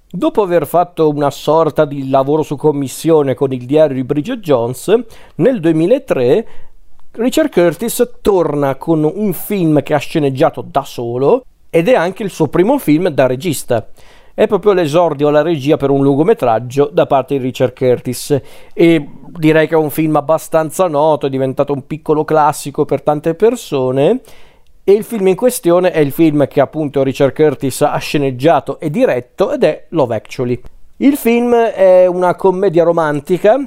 Dopo aver fatto una sorta di lavoro su commissione con il diario di Bridget Jones, nel 2003 Richard Curtis torna con un film che ha sceneggiato da solo ed è anche il suo primo film da regista. È proprio l'esordio alla regia per un lungometraggio da parte di Richard Curtis e direi che è un film abbastanza noto, è diventato un piccolo classico per tante persone. E il film in questione è il film che appunto Richard Curtis ha sceneggiato e diretto ed è Love Actually. Il film è una commedia romantica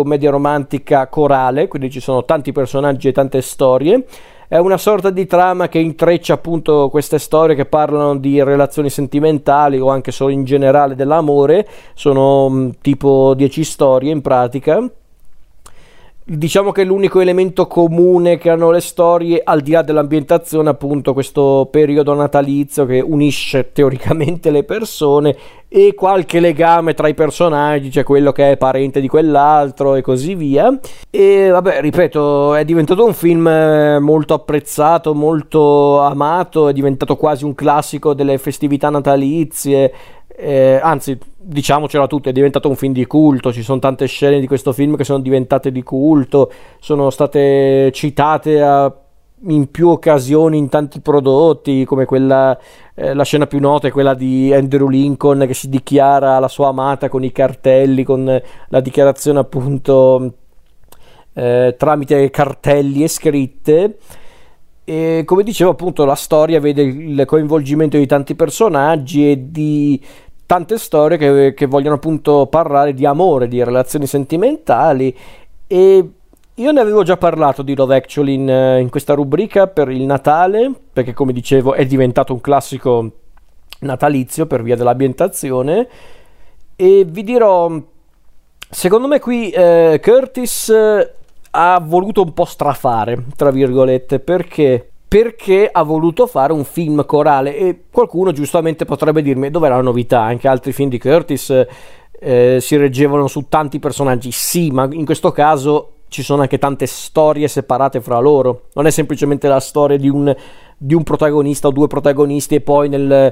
corale, quindi ci sono tanti personaggi e tante storie. È una sorta di trama che intreccia appunto queste storie che parlano di relazioni sentimentali o anche solo in generale dell'amore. Sono tipo 10 storie in pratica. Diciamo che l'unico elemento comune che hanno le storie, al di là dell'ambientazione, appunto questo periodo natalizio che unisce teoricamente le persone e qualche legame tra i personaggi, cioè quello che è parente di quell'altro e così via. E vabbè, ripeto, è diventato un film molto apprezzato, molto amato, è diventato quasi un classico delle festività natalizie. Anzi, diciamocela tutte, è diventato un film di culto. Ci sono tante scene di questo film che sono diventate di culto, sono state citate in più occasioni in tanti prodotti, come quella, la scena più nota è quella di Andrew Lincoln che si dichiara alla sua amata con i cartelli, con la dichiarazione appunto tramite cartelli e scritte. E come dicevo appunto, la storia vede il coinvolgimento di tanti personaggi e di tante storie che vogliono appunto parlare di amore, di relazioni sentimentali. E io ne avevo già parlato di Love Actually in questa rubrica per il Natale, perché come dicevo è diventato un classico natalizio per via dell'ambientazione. E vi dirò, secondo me qui Curtis ha voluto un po' strafare, tra virgolette, perché ha voluto fare un film corale. E qualcuno giustamente potrebbe dirmi: dov'è la novità? Anche altri film di Curtis si reggevano su tanti personaggi. Sì, ma in questo caso ci sono anche tante storie separate fra loro, non è semplicemente la storia di un protagonista o due protagonisti e poi nel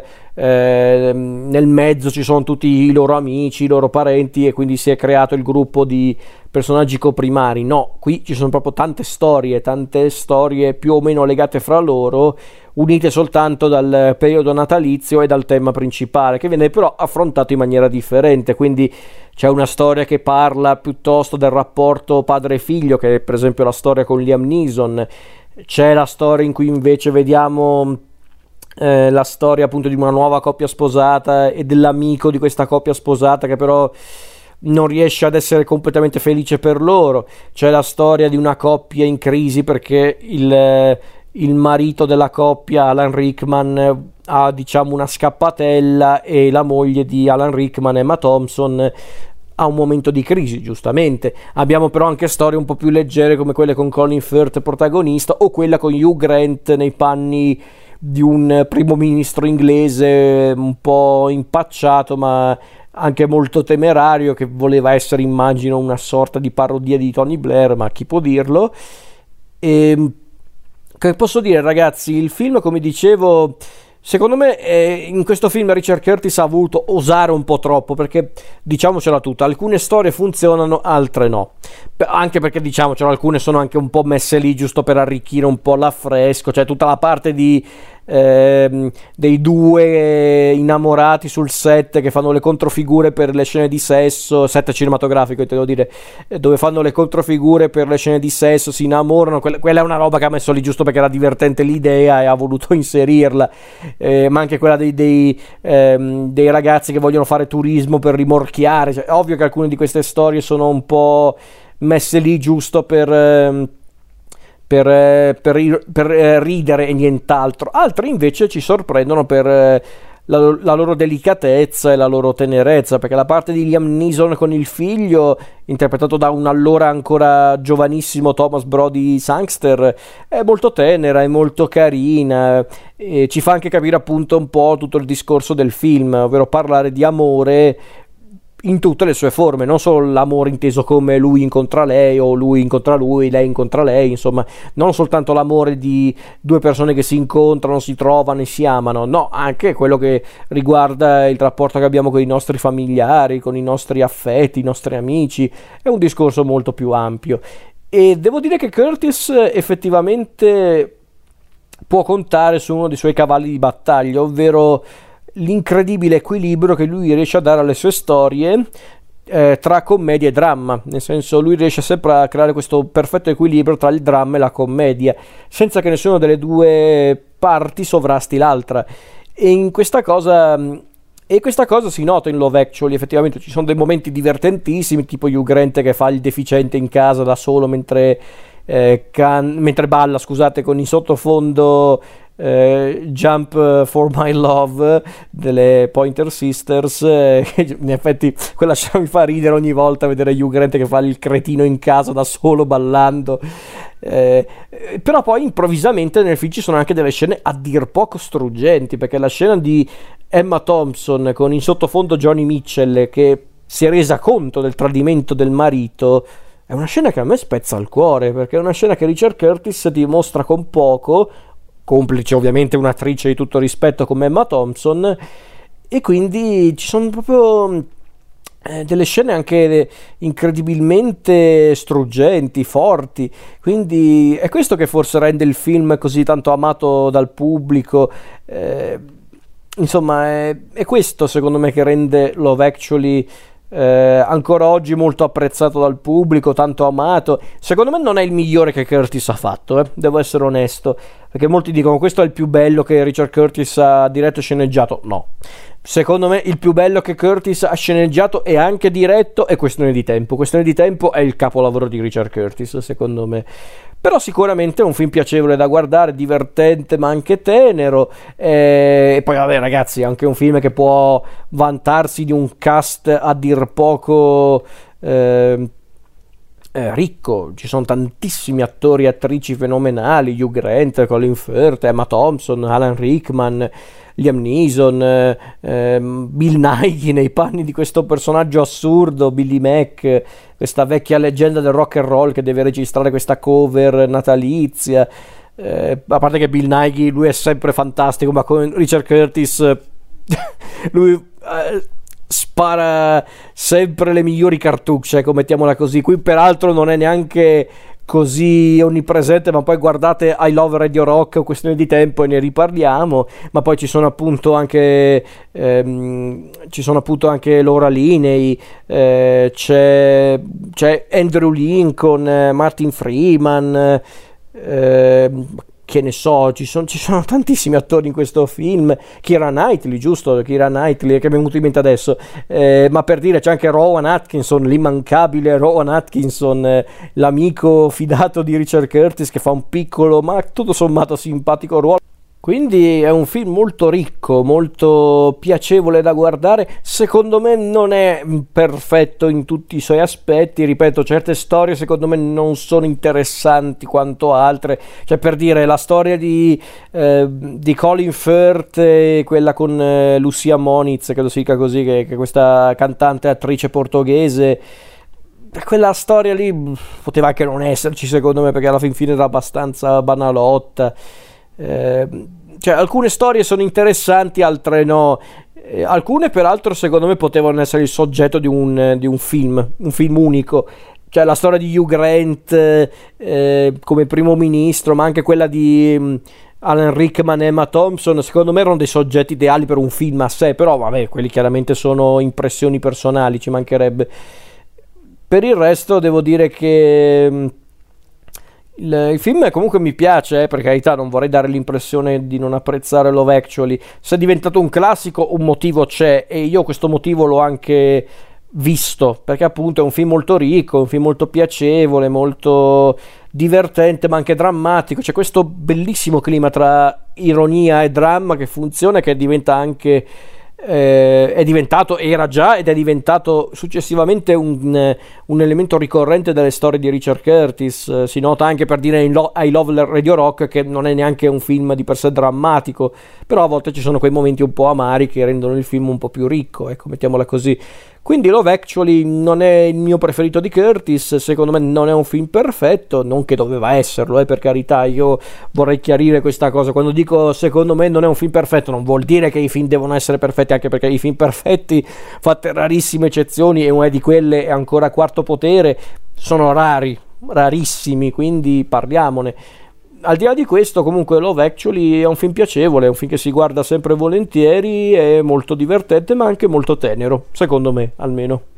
mezzo ci sono tutti i loro amici, i loro parenti, e quindi si è creato il gruppo di personaggi coprimari. No, qui ci sono proprio tante storie più o meno legate fra loro, unite soltanto dal periodo natalizio e dal tema principale, che viene però affrontato in maniera differente. Quindi c'è una storia che parla piuttosto del rapporto padre-figlio, che è per esempio la storia con Liam Neeson. C'è la storia in cui invece vediamo la storia appunto di una nuova coppia sposata e dell'amico di questa coppia sposata che però non riesce ad essere completamente felice per loro. C'è la storia di una coppia in crisi perché il marito della coppia, Alan Rickman, ha diciamo una scappatella, e la moglie di Alan Rickman, Emma Thompson, ha un momento di crisi, giustamente. Abbiamo però anche storie un po' più leggere come quelle con Colin Firth protagonista, o quella con Hugh Grant nei panni di un primo ministro inglese un po' impacciato ma anche molto temerario, che voleva essere, immagino, una sorta di parodia di Tony Blair, ma chi può dirlo. E che posso dire, ragazzi, il film, come dicevo, secondo me in questo film Richard Curtis ha voluto osare un po' troppo, perché diciamocela tutta, alcune storie funzionano, altre no, anche perché diciamocelo, alcune sono anche un po' messe lì giusto per arricchire un po' l'affresco. Cioè tutta la parte dei due innamorati sul set che fanno le controfigure per le scene di sesso, set cinematografico intendo dire, dove fanno le controfigure per le scene di sesso, si innamorano, quella è una roba che ha messo lì giusto perché era divertente l'idea e ha voluto inserirla. Ma anche quella dei ragazzi che vogliono fare turismo per rimorchiare. Cioè, è ovvio che alcune di queste storie sono un po' messe lì giusto per ridere e nient'altro. Altre invece ci sorprendono per la loro delicatezza e la loro tenerezza, perché la parte di Liam Neeson con il figlio, interpretato da un allora ancora giovanissimo Thomas Brody Sangster, è molto tenera, è molto carina, e ci fa anche capire appunto un po' tutto il discorso del film, ovvero parlare di amore in tutte le sue forme, non solo l'amore inteso come lui incontra lei o lui incontra lui, lei incontra lei, insomma, non soltanto l'amore di due persone che si incontrano, si trovano e si amano, no, anche quello che riguarda il rapporto che abbiamo con i nostri familiari, con i nostri affetti, i nostri amici, è un discorso molto più ampio. E devo dire che Curtis effettivamente può contare su uno dei suoi cavalli di battaglia, ovvero l'incredibile equilibrio che lui riesce a dare alle sue storie tra commedia e dramma, nel senso lui riesce sempre a creare questo perfetto equilibrio tra il dramma e la commedia senza che nessuna delle due parti sovrasti l'altra, e in questa cosa si nota in Love Actually. Effettivamente ci sono dei momenti divertentissimi, tipo Hugh Grant che fa il deficiente in casa da solo mentre balla, scusate, con in sottofondo Jump for My Love delle Pointer Sisters, in effetti quella scena mi fa ridere ogni volta vedere Hugh Grant che fa il cretino in casa da solo ballando, però poi improvvisamente nel film ci sono anche delle scene a dir poco struggenti, perché la scena di Emma Thompson con in sottofondo Johnny Mitchell che si è resa conto del tradimento del marito è una scena che a me spezza il cuore, perché è una scena che Richard Curtis dimostra con poco, complice ovviamente un'attrice di tutto rispetto come Emma Thompson, e quindi ci sono proprio delle scene anche incredibilmente struggenti, forti, quindi è questo che forse rende il film così tanto amato dal pubblico, insomma è questo secondo me che rende Love Actually ancora oggi molto apprezzato dal pubblico, tanto amato. Secondo me non è il migliore che Curtis ha fatto, devo essere onesto, perché molti dicono questo è il più bello che Richard Curtis ha diretto e sceneggiato. No, secondo me il più bello che Curtis ha sceneggiato e anche diretto è Questione di tempo. Questione di tempo è il capolavoro di Richard Curtis, secondo me. Però sicuramente è un film piacevole da guardare, divertente ma anche tenero, e poi vabbè ragazzi, è anche un film che può vantarsi di un cast a dir poco ricco. Ci sono tantissimi attori e attrici fenomenali: Hugh Grant, Colin Firth, Emma Thompson, Alan Rickman, Liam Neeson, Bill Nighy nei panni di questo personaggio assurdo, Billy Mack, questa vecchia leggenda del rock and roll che deve registrare questa cover natalizia, a parte che Bill Nighy lui è sempre fantastico, ma con Richard Curtis lui spara sempre le migliori cartucce, ecco, mettiamola così. Qui peraltro non è neanche così onnipresente, ma poi guardate I Love Radio Rock o Questione di tempo e ne riparliamo. Ma poi ci sono appunto anche Laura Linney, c'è Andrew Lincoln, Martin Freeman, che ne so, ci sono tantissimi attori in questo film. Keira Knightley, giusto? Keira Knightley, che mi è venuto in mente adesso, ma per dire, c'è anche Rowan Atkinson, l'immancabile Rowan Atkinson, l'amico fidato di Richard Curtis, che fa un piccolo ma tutto sommato simpatico ruolo. Quindi è un film molto ricco, molto piacevole da guardare. Secondo me non è perfetto in tutti i suoi aspetti, ripeto, certe storie secondo me non sono interessanti quanto altre, cioè per dire la storia di Colin Firth e quella con Lucia Moniz, credo si dica così, che è questa cantante e attrice portoghese. Quella storia lì poteva anche non esserci secondo me, perché alla fin fine era abbastanza banalotta. Cioè alcune storie sono interessanti, altre no, alcune peraltro secondo me potevano essere il soggetto di un film unico, cioè la storia di Hugh Grant come primo ministro, ma anche quella di Alan Rickman e Emma Thompson, secondo me erano dei soggetti ideali per un film a sé. Però vabbè, quelli chiaramente sono impressioni personali, ci mancherebbe. Per il resto devo dire che il film comunque mi piace, per carità, non vorrei dare l'impressione di non apprezzare Love Actually. Se è diventato un classico, un motivo c'è, e io questo motivo l'ho anche visto, perché appunto è un film molto ricco, un film molto piacevole, molto divertente ma anche drammatico. C'è questo bellissimo clima tra ironia e dramma che funziona e che diventa anche era già ed è diventato successivamente un elemento ricorrente delle storie di Richard Curtis. Si nota anche per dire I Love Radio Rock, che non è neanche un film di per sé drammatico, però a volte ci sono quei momenti un po' amari che rendono il film un po' più ricco, ecco, mettiamola così. Quindi Love Actually non è il mio preferito di Curtis, secondo me non è un film perfetto, non che doveva esserlo, per carità, io vorrei chiarire questa cosa. Quando dico secondo me non è un film perfetto, non vuol dire che i film devono essere perfetti, anche perché i film perfetti, fatte rarissime eccezioni, e una di quelle è ancora Quarto Potere, sono rarissimi, quindi parliamone. Al di là di questo, comunque, Love Actually è un film piacevole, è un film che si guarda sempre volentieri, è molto divertente ma anche molto tenero, secondo me almeno.